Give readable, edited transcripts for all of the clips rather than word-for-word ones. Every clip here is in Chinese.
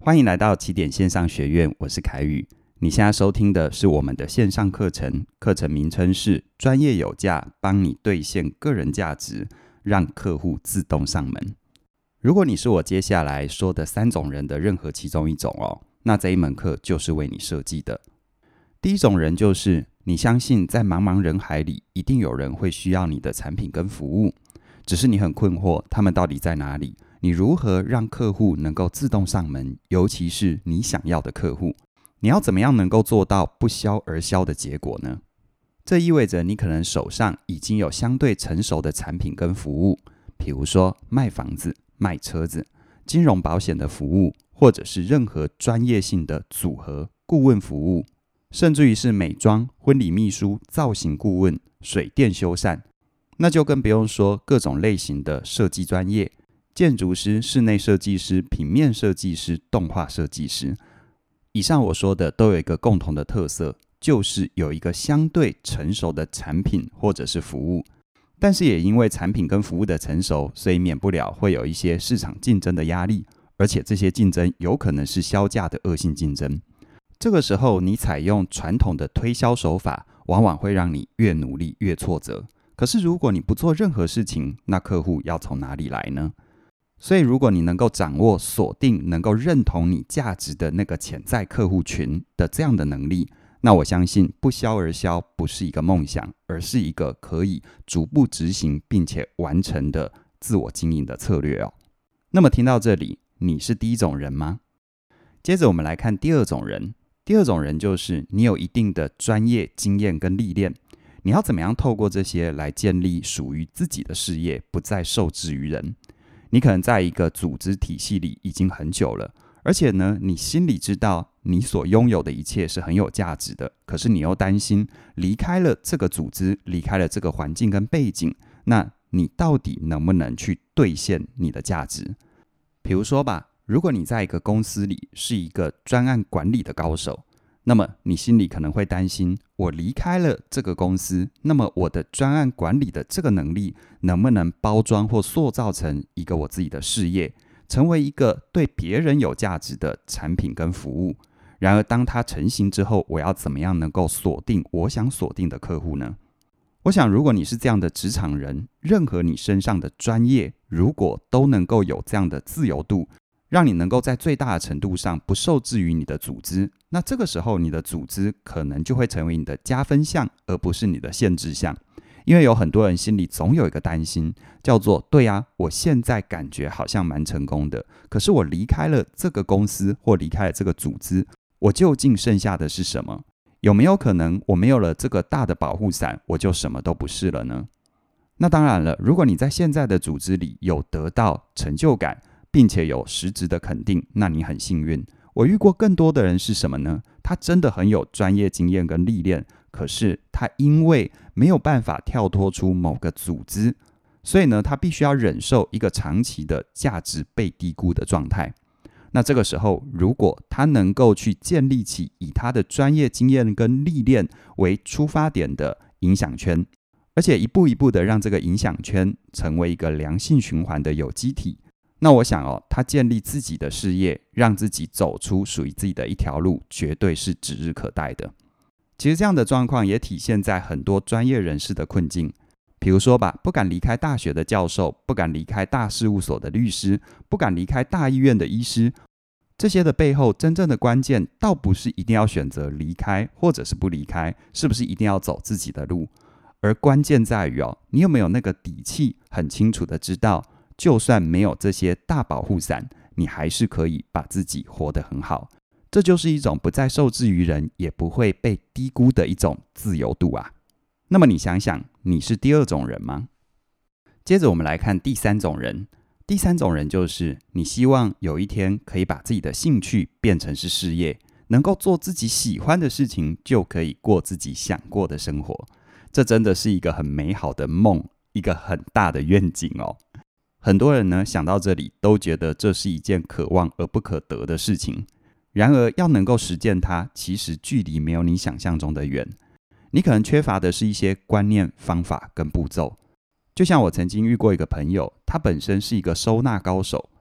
欢迎来到起点线上学院，我是凯宇。你现在收听的是我们的线上课程，课程名称是专业有价，帮你兑现个人价值，让客户自动上门。如果你是我接下来说的3种人的任何其中一种那这一门课就是为你设计的。第一种人就是你相信在茫茫人海里一定有人会需要你的产品跟服务，只是你很困惑他们到底在哪里，你如何让客户能够自动上门，尤其是你想要的客户，你要怎么样能够做到不销而销的结果呢？这意味着你可能手上已经有相对成熟的产品跟服务，比如说卖房子、卖车子、金融保险的服务，或者是任何专业性的组合顾问服务，甚至于是美妆、婚礼秘书、造型顾问、水电修缮，那就更不用说各种类型的设计专业，建筑师、室内设计师、平面设计师、动画设计师。以上我说的都有一个共同的特色，就是有一个相对成熟的产品或者是服务，但是也因为产品跟服务的成熟，所以免不了会有一些市场竞争的压力，而且这些竞争有可能是销价的恶性竞争。这个时候你采用传统的推销手法，往往会让你越努力越挫折。可是如果你不做任何事情，那客户要从哪里来呢？所以如果你能够掌握锁定能够认同你价值的那个潜在客户群的这样的能力，那我相信不销而销不是一个梦想，而是一个可以逐步执行并且完成的自我经营的策略那么听到这里，你是第一种人吗？接着我们来看第二种人。第二种人就是你有一定的专业经验跟历练，你要怎么样透过这些来建立属于自己的事业，不再受制于人。你可能在一个组织体系里已经很久了，而且呢，你心里知道你所拥有的一切是很有价值的，可是你又担心离开了这个组织，离开了这个环境跟背景，那你到底能不能去兑现你的价值？比如说吧，如果你在一个公司里是一个专案管理的高手，那么你心里可能会担心，我离开了这个公司，那么我的专案管理的这个能力能不能包装或塑造成一个我自己的事业，成为一个对别人有价值的产品跟服务。然而当它成型之后，我要怎么样能够锁定我想锁定的客户呢？我想如果你是这样的职场人，任何你身上的专业如果都能够有这样的自由度，让你能够在最大的程度上不受制于你的组织，那这个时候你的组织可能就会成为你的加分项，而不是你的限制项。因为有很多人心里总有一个担心，叫做对啊，我现在感觉好像蛮成功的，可是我离开了这个公司或离开了这个组织，我究竟剩下的是什么？有没有可能我没有了这个大的保护伞，我就什么都不是了呢？那当然了，如果你在现在的组织里有得到成就感，并且有实质的肯定，那你很幸运。我遇过更多的人是什么呢？他真的很有专业经验跟历练，可是他因为没有办法跳脱出某个组织，所以呢，他必须要忍受一个长期的价值被低估的状态。那这个时候，如果他能够去建立起以他的专业经验跟历练为出发点的影响圈，而且一步一步的让这个影响圈成为一个良性循环的有机体，那我想他建立自己的事业，让自己走出属于自己的一条路，绝对是指日可待的。其实这样的状况也体现在很多专业人士的困境，比如说吧，不敢离开大学的教授，不敢离开大事务所的律师，不敢离开大医院的医师，这些的背后真正的关键，倒不是一定要选择离开，或者是不离开，是不是一定要走自己的路，而关键在于你有没有那个底气，很清楚的知道，就算没有这些大保护伞，你还是可以把自己活得很好。这就是一种不再受制于人，也不会被低估的一种自由度啊。那么你想想，你是第二种人吗？接着我们来看第三种人。第三种人就是你希望有一天可以把自己的兴趣变成是事业，能够做自己喜欢的事情，就可以过自己想过的生活。这真的是一个很美好的梦，一个很大的愿景很多人呢想到这里都觉得这是一件可望而不可得的事情，然而要能够实践它，其实距离没有你想象中的远。你可能缺乏的是一些观念、方法跟步骤。就像我曾经遇过一个朋友，他本身是一个收纳高手，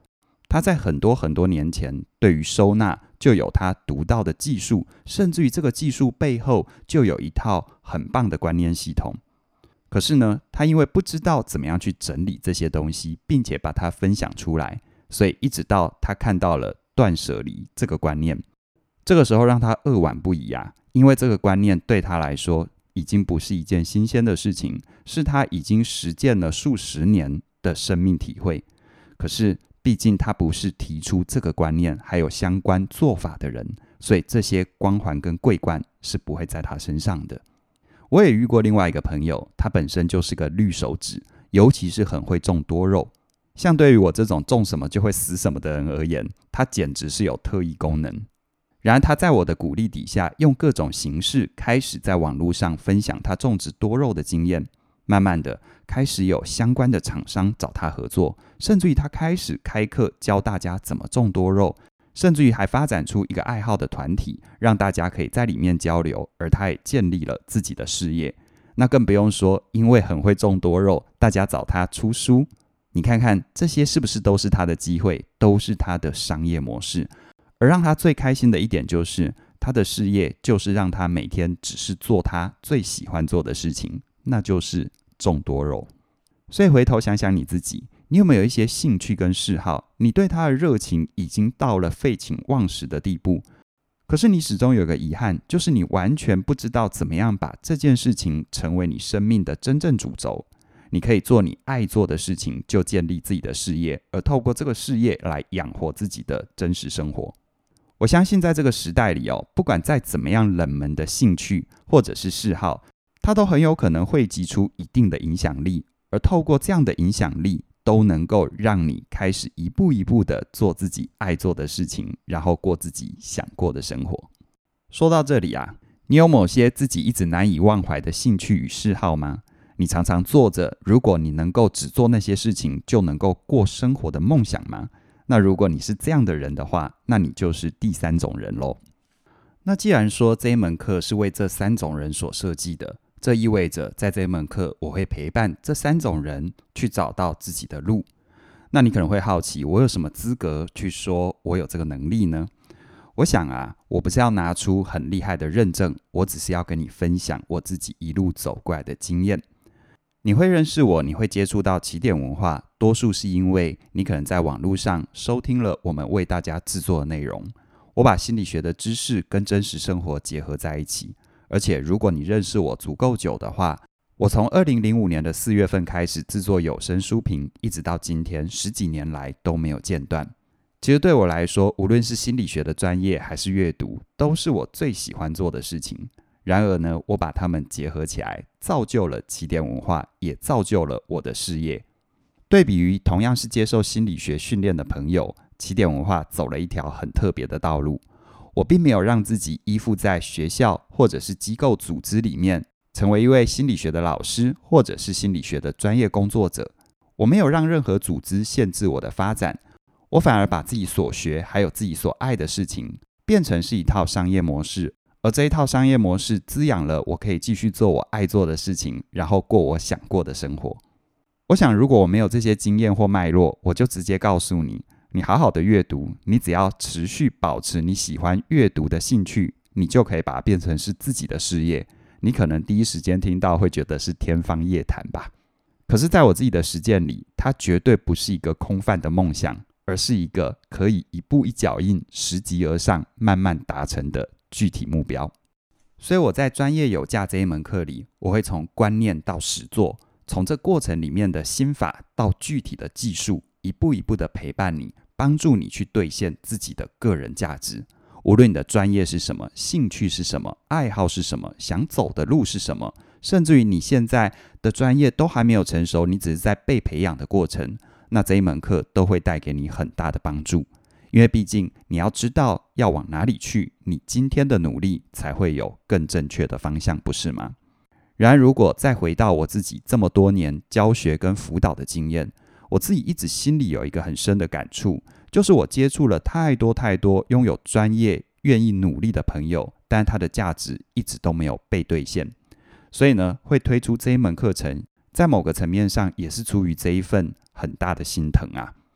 他在很多很多年前对于收纳就有他独到的技术，甚至于这个技术背后就有一套很棒的观念系统。可是呢，他因为不知道怎么样去整理这些东西，并且把它分享出来，所以一直到他看到了断舍离这个观念，这个时候让他扼腕不已啊！因为这个观念对他来说已经不是一件新鲜的事情，是他已经实践了数十年的生命体会。可是毕竟他不是提出这个观念还有相关做法的人，所以这些光环跟桂冠是不会在他身上的。我也遇过另外一个朋友，他本身就是个绿手指，尤其是很会种多肉。像对于我这种种什么就会死什么的人而言，他简直是有特异功能。然而他在我的鼓励底下，用各种形式开始在网络上分享他种植多肉的经验。慢慢的开始有相关的厂商找他合作，甚至于他开始开课教大家怎么种多肉，甚至于还发展出一个爱好的团体，让大家可以在里面交流，而他也建立了自己的事业。那更不用说，因为很会种多肉，大家找他出书。你看看这些是不是都是他的机会，都是他的商业模式。而让他最开心的一点就是，他的事业就是让他每天只是做他最喜欢做的事情，那就是种多肉。所以回头想想你自己，你有没有一些兴趣跟嗜好，你对他的热情已经到了废寝忘食的地步，可是你始终有个遗憾，就是你完全不知道怎么样把这件事情成为你生命的真正主轴。你可以做你爱做的事情，就建立自己的事业，而透过这个事业来养活自己的真实生活。我相信在这个时代里不管再怎么样冷门的兴趣或者是嗜好，它都很有可能汇集出一定的影响力，而透过这样的影响力，都能够让你开始一步一步的做自己爱做的事情，然后过自己想过的生活。说到这里你有某些自己一直难以忘怀的兴趣与嗜好吗？你常常做着如果你能够只做那些事情就能够过生活的梦想吗？那如果你是这样的人的话，那你就是第三种人咯。那既然说这一门课是为这三种人所设计的，这意味着在这一门课我会陪伴这三种人去找到自己的路。那你可能会好奇，我有什么资格去说我有这个能力呢？我想我不是要拿出很厉害的认证，我只是要跟你分享我自己一路走过来的经验。你会认识我，你会接触到起点文化，多数是因为你可能在网络上收听了我们为大家制作的内容。我把心理学的知识跟真实生活结合在一起，而且如果你认识我足够久的话，我从2005年的4月份开始制作有声书评，一直到今天10几年来都没有间断。其实对我来说，无论是心理学的专业还是阅读，都是我最喜欢做的事情。然而呢，我把它们结合起来，造就了起点文化，也造就了我的事业。对比于同样是接受心理学训练的朋友，起点文化走了一条很特别的道路。我并没有让自己依附在学校或者是机构组织里面，成为一位心理学的老师或者是心理学的专业工作者。我没有让任何组织限制我的发展，我反而把自己所学还有自己所爱的事情变成是一套商业模式，而这一套商业模式滋养了我可以继续做我爱做的事情，然后过我想过的生活。我想如果我没有这些经验或脉络，我就直接告诉你，你好好的阅读，你只要持续保持你喜欢阅读的兴趣，你就可以把它变成是自己的事业。你可能第一时间听到会觉得是天方夜谭吧，可是在我自己的实践里，它绝对不是一个空泛的梦想，而是一个可以一步一脚印拾级而上慢慢达成的具体目标。所以我在专业有价这一门课里，我会从观念到实作，从这过程里面的心法到具体的技术，一步一步的陪伴你，帮助你去兑现自己的个人价值。无论你的专业是什么，兴趣是什么，爱好是什么，想走的路是什么，甚至于你现在的专业都还没有成熟，你只是在被培养的过程，那这一门课都会带给你很大的帮助。因为毕竟你要知道要往哪里去，你今天的努力才会有更正确的方向，不是吗？然而如果再回到我自己这么多年教学跟辅导的经验，我自己一直心里有一个很深的感触，就是我接触了太多拥有专业愿意努力的朋友，但他的价值一直都没有被兑现。所以呢，会推出这一门课程，在某个层面上也是出于这一份很大的心疼啊。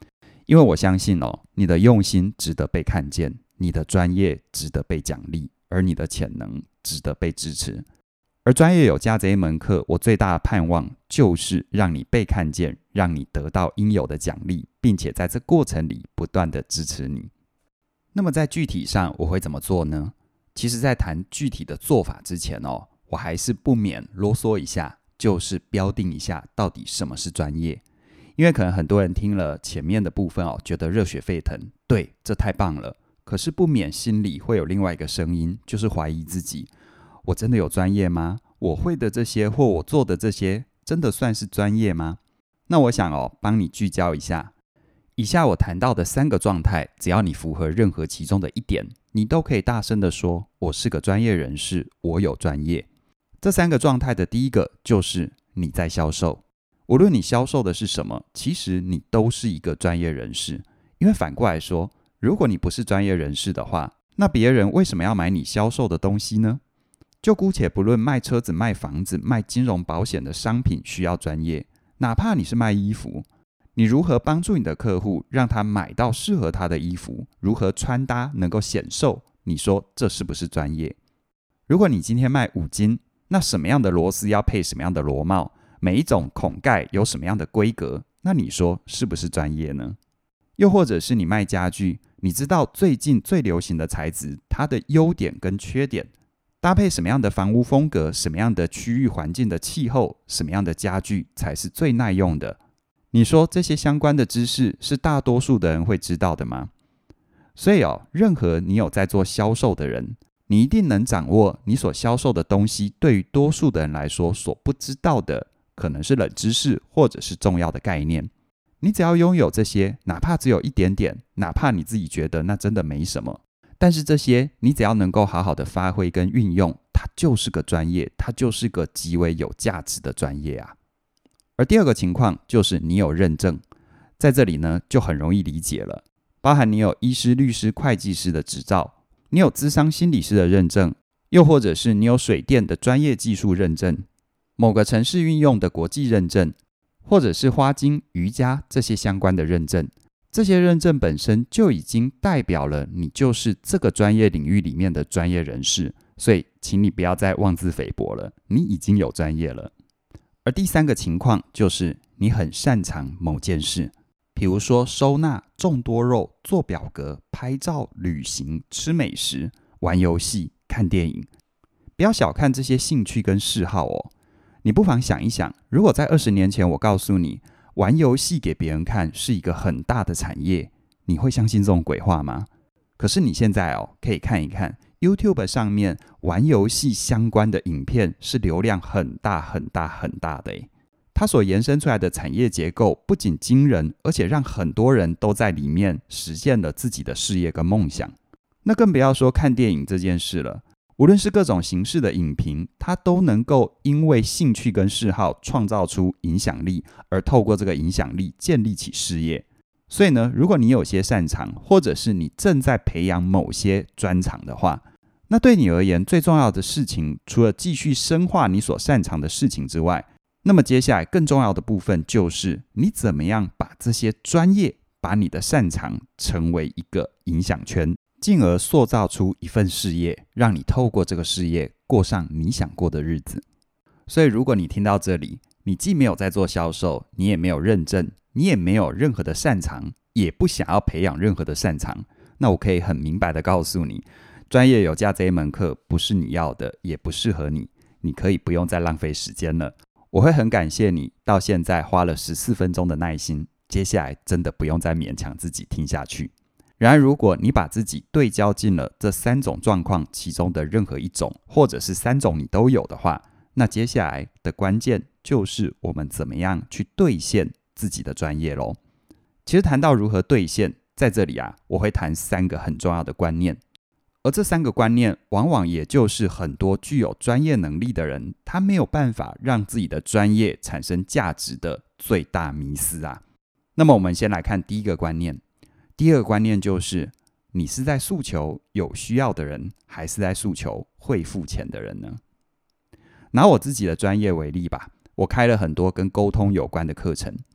因为我相信你的用心值得被看见，你的专业值得被奖励，而你的潜能值得被支持。而专业有价这一门课，我最大的盼望就是让你被看见，让你得到应有的奖励，并且在这过程里不断的支持你。那么在具体上我会怎么做呢？其实在谈具体的做法之前我还是不免啰嗦一下，就是标定一下到底什么是专业。因为可能很多人听了前面的部分觉得热血沸腾，对，这太棒了。可是不免心里会有另外一个声音，就是怀疑自己，我真的有专业吗？我会的这些或我做的这些真的算是专业吗？那我想帮你聚焦一下，以下我谈到的3个状态，只要你符合任何其中的一点，你都可以大声的说，我是个专业人士，我有专业。这3个状态的第一个就是你在销售。无论你销售的是什么，其实你都是一个专业人士。因为反过来说，如果你不是专业人士的话，那别人为什么要买你销售的东西呢？就姑且不论卖车子、卖房子、卖金融保险的商品需要专业，哪怕你是卖衣服，你如何帮助你的客户让他买到适合他的衣服，如何穿搭能够显瘦，你说这是不是专业？如果你今天卖五金，那什么样的螺丝要配什么样的螺帽，每一种孔盖有什么样的规格，那你说是不是专业呢？又或者是你卖家具，你知道最近最流行的材质，它的优点跟缺点，搭配什么样的房屋风格，什么样的区域环境的气候，什么样的家具才是最耐用的，你说这些相关的知识是大多数的人会知道的吗？所以任何你有在做销售的人，你一定能掌握你所销售的东西对于多数的人来说所不知道的，可能是冷知识或者是重要的概念。你只要拥有这些，哪怕只有一点点，哪怕你自己觉得那真的没什么，但是这些你只要能够好好的发挥跟运用，它就是个专业，它就是个极为有价值的专业啊。而第二个情况就是你有认证，在这里呢就很容易理解了，包含你有医师、律师、会计师的执照，你有諮商心理师的认证，又或者是你有水电的专业技术认证，某个城市运用的国际认证，或者是花精、瑜伽这些相关的认证。这些认证本身就已经代表了你就是这个专业领域里面的专业人士，所以请你不要再妄自菲薄了，你已经有专业了。而第3个情况就是你很擅长某件事，比如说收纳、种多肉、做表格、拍照、旅行、吃美食、玩游戏、看电影。不要小看这些兴趣跟嗜好你不妨想一想，如果在20年前我告诉你玩游戏给别人看是一个很大的产业，你会相信这种鬼话吗？可是你现在可以看一看 YouTube 上面玩游戏相关的影片是流量很大很大很大的它所延伸出来的产业结构不仅惊人，而且让很多人都在里面实现了自己的事业跟梦想。那更不要说看电影这件事了，无论是各种形式的影评，它都能够因为兴趣跟嗜好创造出影响力，而透过这个影响力建立起事业。所以呢，如果你有些擅长，或者是你正在培养某些专长的话，那对你而言最重要的事情，除了继续深化你所擅长的事情之外，那么接下来更重要的部分就是你怎么样把这些专业，把你的擅长成为一个影响圈，进而塑造出一份事业，让你透过这个事业过上你想过的日子。所以如果你听到这里，你既没有在做销售，你也没有认证，你也没有任何的擅长，也不想要培养任何的擅长，那我可以很明白的告诉你，专业有价这一门课不是你要的，也不适合你，你可以不用再浪费时间了。我会很感谢你到现在花了14分钟的耐心，接下来真的不用再勉强自己听下去。然而如果你把自己对焦进了这3种状况其中的任何一种，或者是3种你都有的话，那接下来的关键就是我们怎么样去兑现自己的专业咯。其实谈到如何兑现，在这里我会谈3个很重要的观念，而这3个观念往往也就是很多具有专业能力的人，他没有办法让自己的专业产生价值的最大迷思那么我们先来看第一个观念。第二个观念就是，你是在诉求有需要的人，还是在诉求会付钱的人呢？拿我自己的专业为例吧，我开了很多跟沟通有关的课程。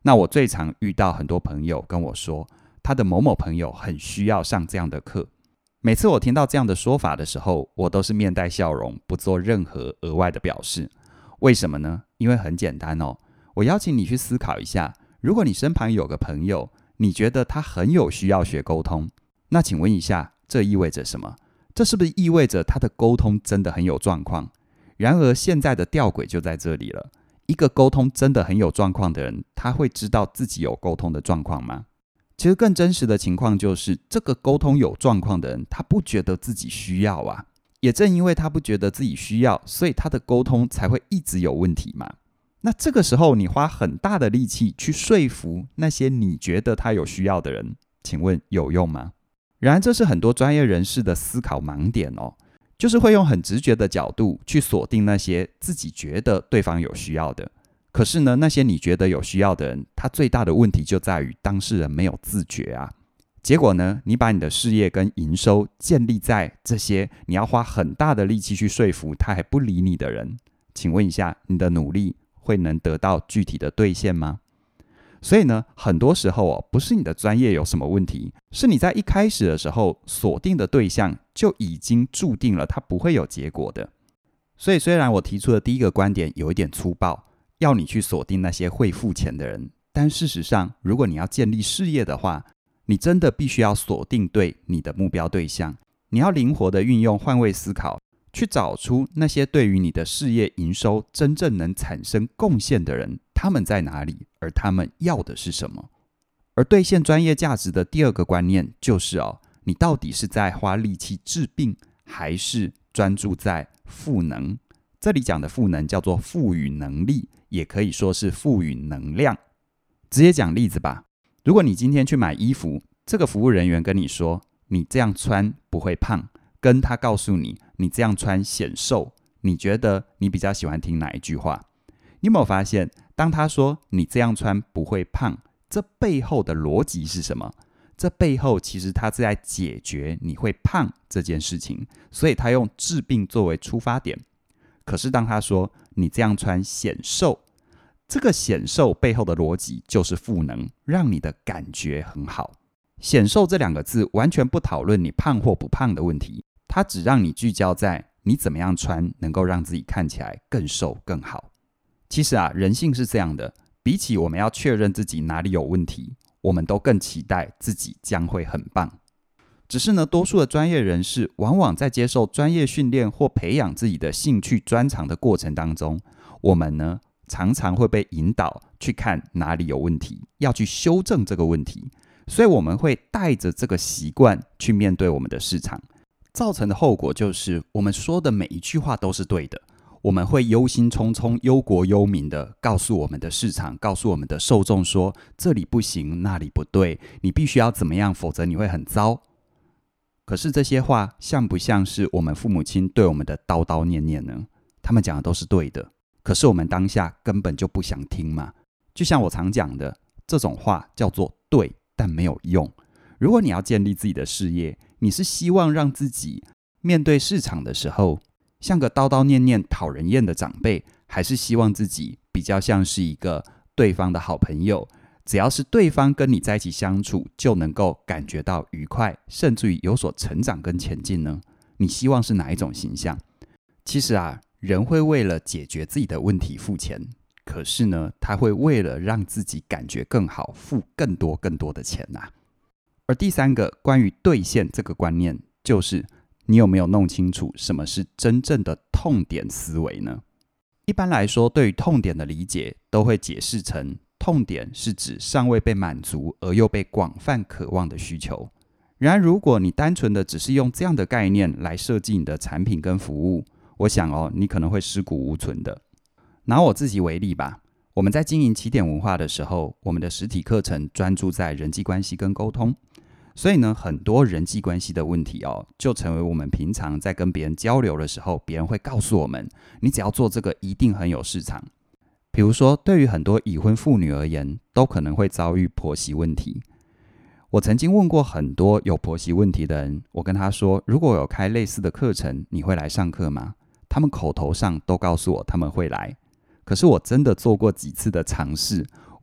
那我最常遇到很多朋友跟我说，他的某某朋友很需要上这样的课。每次我听到这样的说法的时候，我都是面带笑容，不做任何额外的表示。为什么呢？因为很简单哦。我邀请你去思考一下，如果你身旁有个朋友，你觉得他很有需要学沟通，那请问一下，这意味着什么？这是不是意味着他的沟通真的很有状况？然而现在的吊诡就在这里了。一个沟通真的很有状况的人，他会知道自己有沟通的状况吗？其实更真实的情况就是，这个沟通有状况的人，他不觉得自己需要啊。也正因为他不觉得自己需要，所以他的沟通才会一直有问题嘛。那这个时候，你花很大的力气去说服那些你觉得他有需要的人，请问有用吗？然而，这是很多专业人士的思考盲点哦。就是会用很直觉的角度去锁定那些自己觉得对方有需要的。可是呢，那些你觉得有需要的人，他最大的问题就在于当事人没有自觉啊。结果呢，你把你的事业跟营收建立在这些你要花很大的力气去说服他还不理你的人，请问一下，你的努力会能得到具体的兑现吗？所以呢，很多时候不是你的专业有什么问题，是你在一开始的时候锁定的对象就已经注定了它不会有结果的。所以虽然我提出的第一个观点有一点粗暴，要你去锁定那些会付钱的人，但事实上，如果你要建立事业的话，你真的必须要锁定对你的目标对象，你要灵活的运用换位思考，去找出那些对于你的事业营收真正能产生贡献的人，他们在哪里，而他们要的是什么。而兑现专业价值的第二个观念就是你到底是在花力气治病，还是专注在赋能？这里讲的赋能叫做赋予能力，也可以说是赋予能量。直接讲例子吧，如果你今天去买衣服，这个服务人员跟你说你这样穿不会胖，跟他告诉你你这样穿显瘦，你觉得你比较喜欢听哪一句话？你有没有发现，当他说你这样穿不会胖，这背后的逻辑是什么？这背后其实他是在解决你会胖这件事情，所以他用治病作为出发点。可是当他说你这样穿显瘦，这个显瘦背后的逻辑就是赋能，让你的感觉很好。显瘦这两个字完全不讨论你胖或不胖的问题，它只让你聚焦在你怎么样穿能够让自己看起来更瘦更好。其实人性是这样的，比起我们要确认自己哪里有问题，我们都更期待自己将会很棒。只是呢，多数的专业人士往往在接受专业训练或培养自己的兴趣专长的过程当中，我们呢常常会被引导去看哪里有问题，要去修正这个问题，所以我们会带着这个习惯去面对我们的市场，造成的后果就是我们说的每一句话都是对的，我们会忧心忡忡、忧国忧民的告诉我们的市场，告诉我们的受众说这里不行，那里不对，你必须要怎么样，否则你会很糟。可是这些话像不像是我们父母亲对我们的叨叨念念呢？他们讲的都是对的，可是我们当下根本就不想听嘛。就像我常讲的，这种话叫做对，但没有用。如果你要建立自己的事业，你是希望让自己面对市场的时候像个叨叨念念讨人厌的长辈，还是希望自己比较像是一个对方的好朋友，只要是对方跟你在一起相处就能够感觉到愉快，甚至于有所成长跟前进呢？你希望是哪一种形象？其实人会为了解决自己的问题付钱，可是呢，他会为了让自己感觉更好付更多更多的钱而第三个关于兑现这个观念，就是你有没有弄清楚什么是真正的痛点思维呢？一般来说，对于痛点的理解都会解释成痛点是指尚未被满足而又被广泛渴望的需求。然而如果你单纯的只是用这样的概念来设计你的产品跟服务，我想你可能会尸骨无存的。拿我自己为例吧，我们在经营起点文化的时候，我们的实体课程专注在人际关系跟沟通，所以呢，很多人际关系的问题就成为我们平常在跟别人交流的时候，别人会告诉我们，你只要做这个一定很有市场。比如说，对于很多已婚妇女而言，都可能会遭遇婆媳问题。我曾经问过很多有婆媳问题的人，我跟他说，如果有开类似的课程，你会来上课吗？他们口头上都告诉我他们会来，可是我真的做过几次的尝试，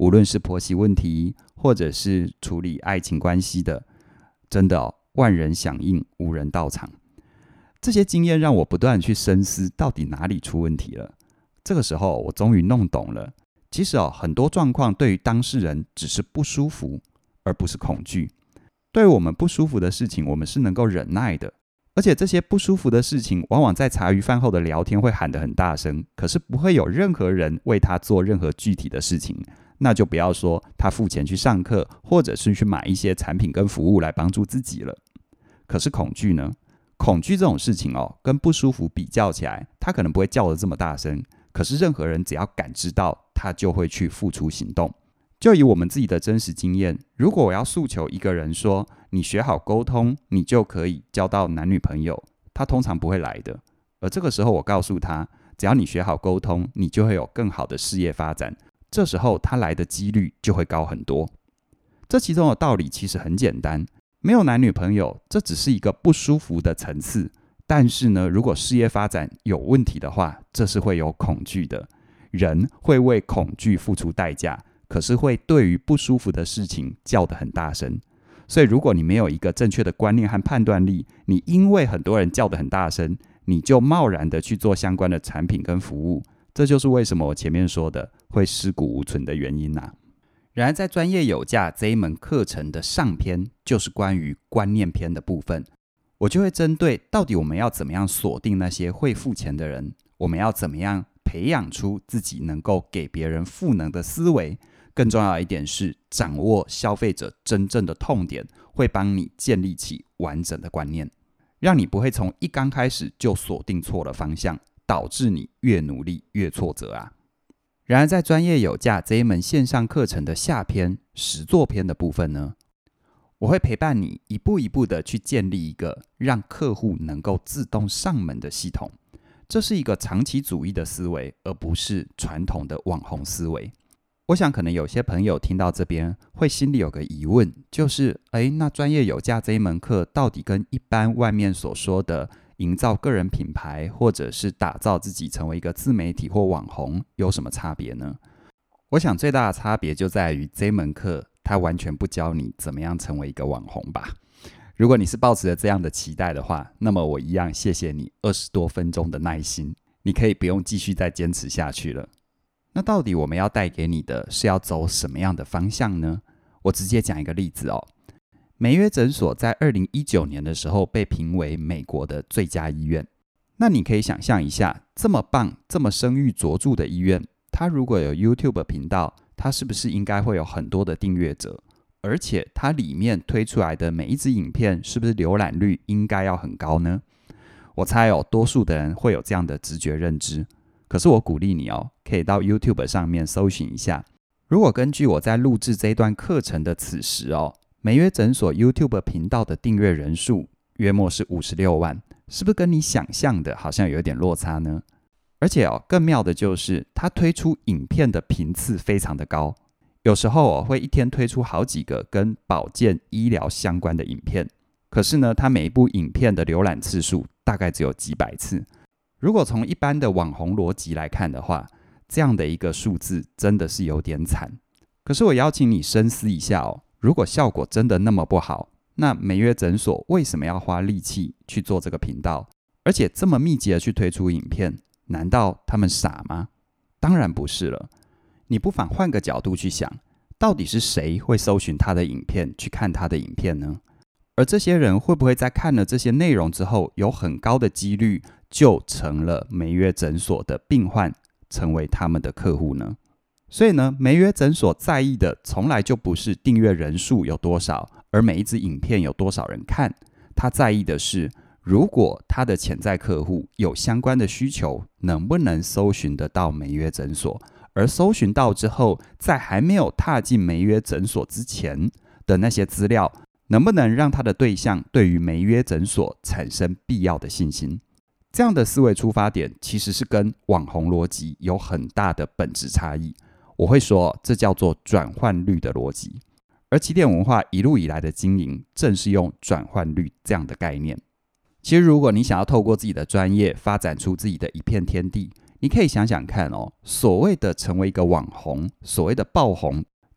无论是婆媳问题，或者是处理爱情关系的，真的万人响应，无人到场。这些经验让我不断去深思，到底哪里出问题了。这个时候，我终于弄懂了，其实很多状况对于当事人只是不舒服，而不是恐惧。对于我们不舒服的事情，我们是能够忍耐的。而且这些不舒服的事情，往往在茶余饭后的聊天会喊得很大声，可是不会有任何人为他做任何具体的事情。那就不要说他付钱去上课，或者是去买一些产品跟服务来帮助自己了。可是恐惧呢？恐惧这种事情跟不舒服比较起来，他可能不会叫得这么大声，可是任何人只要感知到，他就会去付出行动。就以我们自己的真实经验，如果我要诉求一个人说，你学好沟通，你就可以交到男女朋友，他通常不会来的。而这个时候我告诉他，只要你学好沟通，你就会有更好的事业发展，这时候他来的几率就会高很多。这其中的道理其实很简单，没有男女朋友，这只是一个不舒服的层次。但是呢，如果事业发展有问题的话，这是会有恐惧的。人会为恐惧付出代价，可是会对于不舒服的事情叫得很大声。所以如果你没有一个正确的观念和判断力，你因为很多人叫得很大声，你就贸然的去做相关的产品跟服务，这就是为什么我前面说的会尸骨无存的原因啊。然而在专业有价这一门课程的上篇，就是关于观念篇的部分，我就会针对到底我们要怎么样锁定那些会付钱的人，我们要怎么样培养出自己能够给别人赋能的思维，更重要的一点是掌握消费者真正的痛点，会帮你建立起完整的观念，让你不会从一刚开始就锁定错了方向，导致你越努力越挫折啊。然而在专业有价这一门线上课程的下篇实作篇的部分呢，我会陪伴你一步一步的去建立一个让客户能够自动上门的系统。这是一个长期主义的思维，而不是传统的网红思维。我想可能有些朋友听到这边会心里有个疑问，就是那专业有价这一门课到底跟一般外面所说的营造个人品牌，或者是打造自己成为一个自媒体或网红有什么差别呢？我想最大的差别就在于这门课它完全不教你怎么样成为一个网红吧。如果你是抱持着这样的期待的话，那么我一样谢谢你20多分钟的耐心，你可以不用继续再坚持下去了。那到底我们要带给你的是要走什么样的方向呢？我直接讲一个例子梅约诊所在2019年的时候被评为美国的最佳医院。那你可以想象一下，这么棒、这么声誉卓著的医院，它如果有 YouTube 频道，它是不是应该会有很多的订阅者？而且它里面推出来的每一支影片，是不是浏览率应该要很高呢？我猜多数的人会有这样的直觉认知。可是我鼓励你可以到 YouTube 上面搜寻一下。如果根据我在录制这一段课程的此时梅约诊所 YouTube 频道的订阅人数约莫是56万，是不是跟你想象的好像有点落差呢？而且更妙的就是它推出影片的频次非常的高，有时候会一天推出好几个跟保健医疗相关的影片，可是呢，它每一部影片的浏览次数大概只有几百次。如果从一般的网红逻辑来看的话，这样的一个数字真的是有点惨。可是我邀请你深思一下如果效果真的那么不好，那梅约诊所为什么要花力气去做这个频道，而且这么密集的去推出影片？难道他们傻吗？当然不是了。你不妨换个角度去想，到底是谁会搜寻他的影片去看他的影片呢？而这些人会不会在看了这些内容之后，有很高的几率就成了梅约诊所的病患，成为他们的客户呢？所以呢，梅约诊所在意的从来就不是订阅人数有多少，而每一支影片有多少人看。他在意的是，如果他的潜在客户有相关的需求，能不能搜寻得到梅约诊所？而搜寻到之后，在还没有踏进梅约诊所之前的那些资料，能不能让他的对象对于梅约诊所产生必要的信心？这样的思维出发点其实是跟网红逻辑有很大的本质差异。我会说，这叫做转换率的逻辑。而起点文化一路以来的经营，正是用转换率这样的概念。其实如果你想要透过自己的专业发展出自己的一片天地，你可以想想看所谓的成为一个网红，所谓的爆红，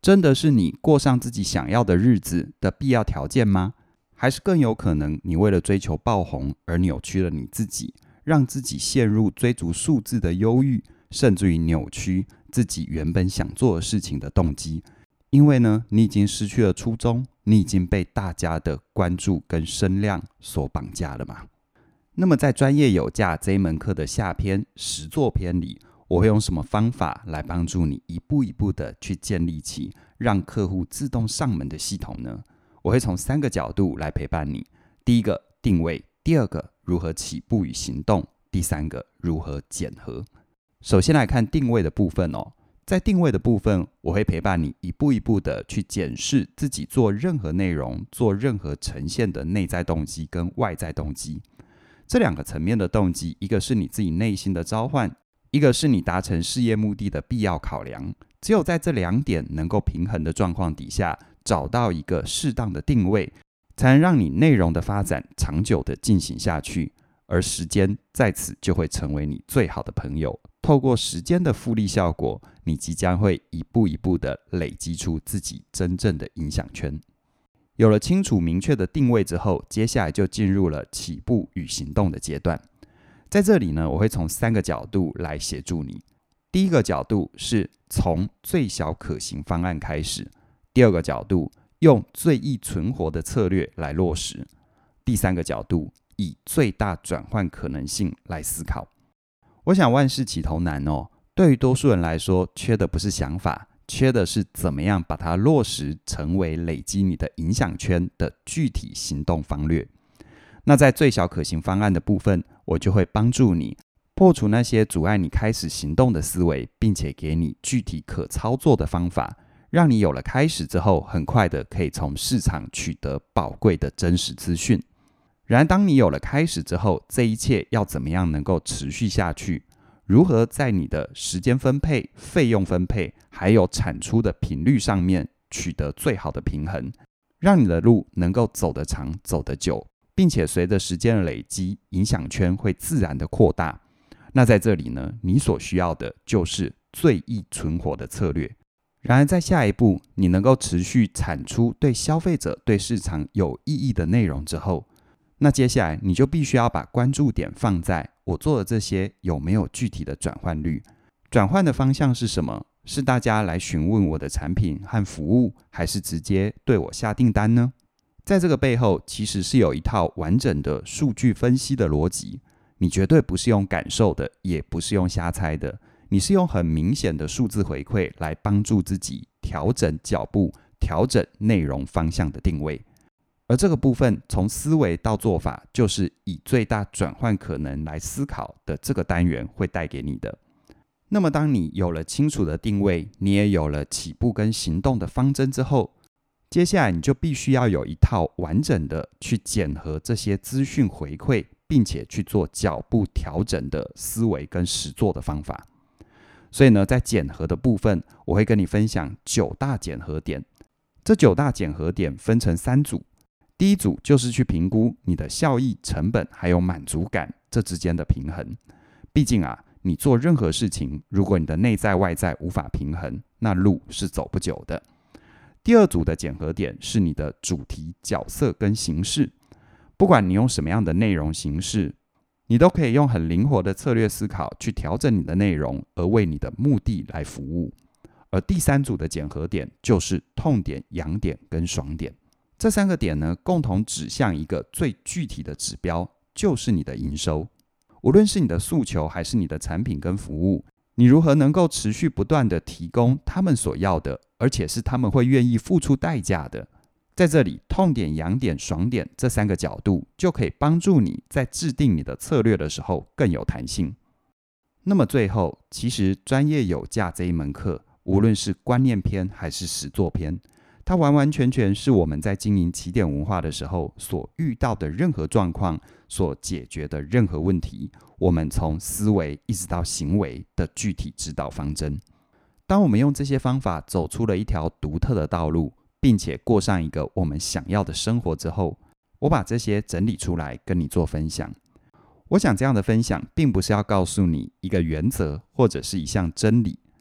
真的是你过上自己想要的日子的必要条件吗？还是更有可能你为了追求爆红而扭曲了你自己，让自己陷入追逐数字的忧郁，甚至于扭曲自己原本想做的事情的动机？因为呢，你已经失去了初衷，你已经被大家的关注跟声量所绑架了嘛。那么在专业有价这一门课的下篇实作篇里，我会用什么方法来帮助你一步一步的去建立起让客户自动上门的系统呢？我会从3个角度来陪伴你。第一个，定位；第二个，如何起步与行动；第三个，如何检核。首先来看定位的部分哦。在定位的部分，我会陪伴你一步一步的去检视自己做任何内容、做任何呈现的内在动机跟外在动机。这2个层面的动机，一个是你自己内心的召唤，一个是你达成事业目的的必要考量。只有在这2点能够平衡的状况底下，找到一个适当的定位，才能让你内容的发展长久的进行下去。而时间在此就会成为你最好的朋友。透过时间的复利效果，你即将会一步一步的累积出自己真正的影响圈。有了清楚明确的定位之后，接下来就进入了起步与行动的阶段。在这里呢，我会从3个角度来协助你。第一个角度是从最小可行方案开始，第二个角度用最易存活的策略来落实，第3个角度以最大转换可能性来思考。我想万事起头难哦，对于多数人来说，缺的不是想法，缺的是怎么样把它落实成为累积你的影响圈的具体行动方略。那在最小可行方案的部分，我就会帮助你破除那些阻碍你开始行动的思维，并且给你具体可操作的方法，让你有了开始之后，很快的可以从市场取得宝贵的真实资讯。然而当你有了开始之后，这一切要怎么样能够持续下去？如何在你的时间分配、费用分配，还有产出的频率上面取得最好的平衡，让你的路能够走得长、走得久，并且随着时间的累积，影响圈会自然的扩大。那在这里呢，你所需要的就是最易存活的策略。然而在下一步，你能够持续产出对消费者、对市场有意义的内容之后，那接下来你就必须要把关注点放在我做的这些有没有具体的转换率，转换的方向是什么？是大家来询问我的产品和服务，还是直接对我下订单呢？在这个背后其实是有一套完整的数据分析的逻辑，你绝对不是用感受的，也不是用瞎猜的，你是用很明显的数字回馈来帮助自己调整脚步，调整内容方向的定位。而这个部分从思维到做法，就是以最大转换可能来思考的这个单元会带给你的。那么当你有了清楚的定位，你也有了起步跟行动的方针之后，接下来你就必须要有一套完整的去检核这些资讯回馈，并且去做脚步调整的思维跟实作的方法。所以呢，在检核的部分，我会跟你分享9大检核点。这9大检核点分成3组。第一组就是去评估你的效益、成本还有满足感这之间的平衡。毕竟啊，你做任何事情，如果你的内在外在无法平衡，那路是走不久的。第二组的检核点是你的主题、角色跟形式。不管你用什么样的内容形式，你都可以用很灵活的策略思考去调整你的内容，而为你的目的来服务。而第3组的检核点就是痛点、痒点跟爽点。这3个点呢，共同指向一个最具体的指标，就是你的营收。无论是你的诉求还是你的产品跟服务，你如何能够持续不断的提供他们所要的，而且是他们会愿意付出代价的。在这里，痛点、痒点、爽点这3个角度，就可以帮助你在制定你的策略的时候更有弹性。那么最后，其实专业有价这一门课，无论是观念篇还是实作篇，它完完全全是我们在经营起点文化的时候所遇到的任何状况，所解决的任何问题，我们从思维一直到行为的具体指导方针。当我们用这些方法走出了一条独特的道路，并且过上一个我们想要的生活之后，我把这些整理出来跟你做分享。我想这样的分享并不是要告诉你一个原则或者是一项真理，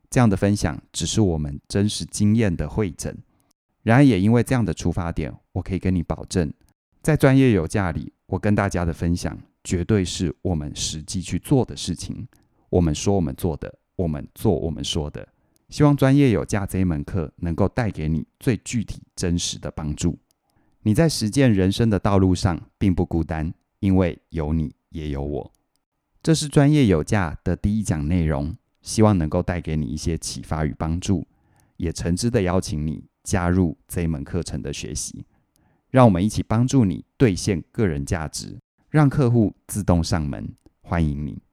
这样的分享只是我们真实经验的汇整。然而也因为这样的出发点，我可以跟你保证，在专业有价里，我跟大家的分享绝对是我们实际去做的事情，我们说我们做的，我们做我们说的。希望专业有价这一门课能够带给你最具体真实的帮助。你在实践人生的道路上并不孤单，因为有你也有我。这是专业有价的第一讲内容，希望能够带给你一些启发与帮助，也诚挚的邀请你加入这一门课程的学习。让我们一起帮助你兑现个人价值，让客户自动上门，欢迎你。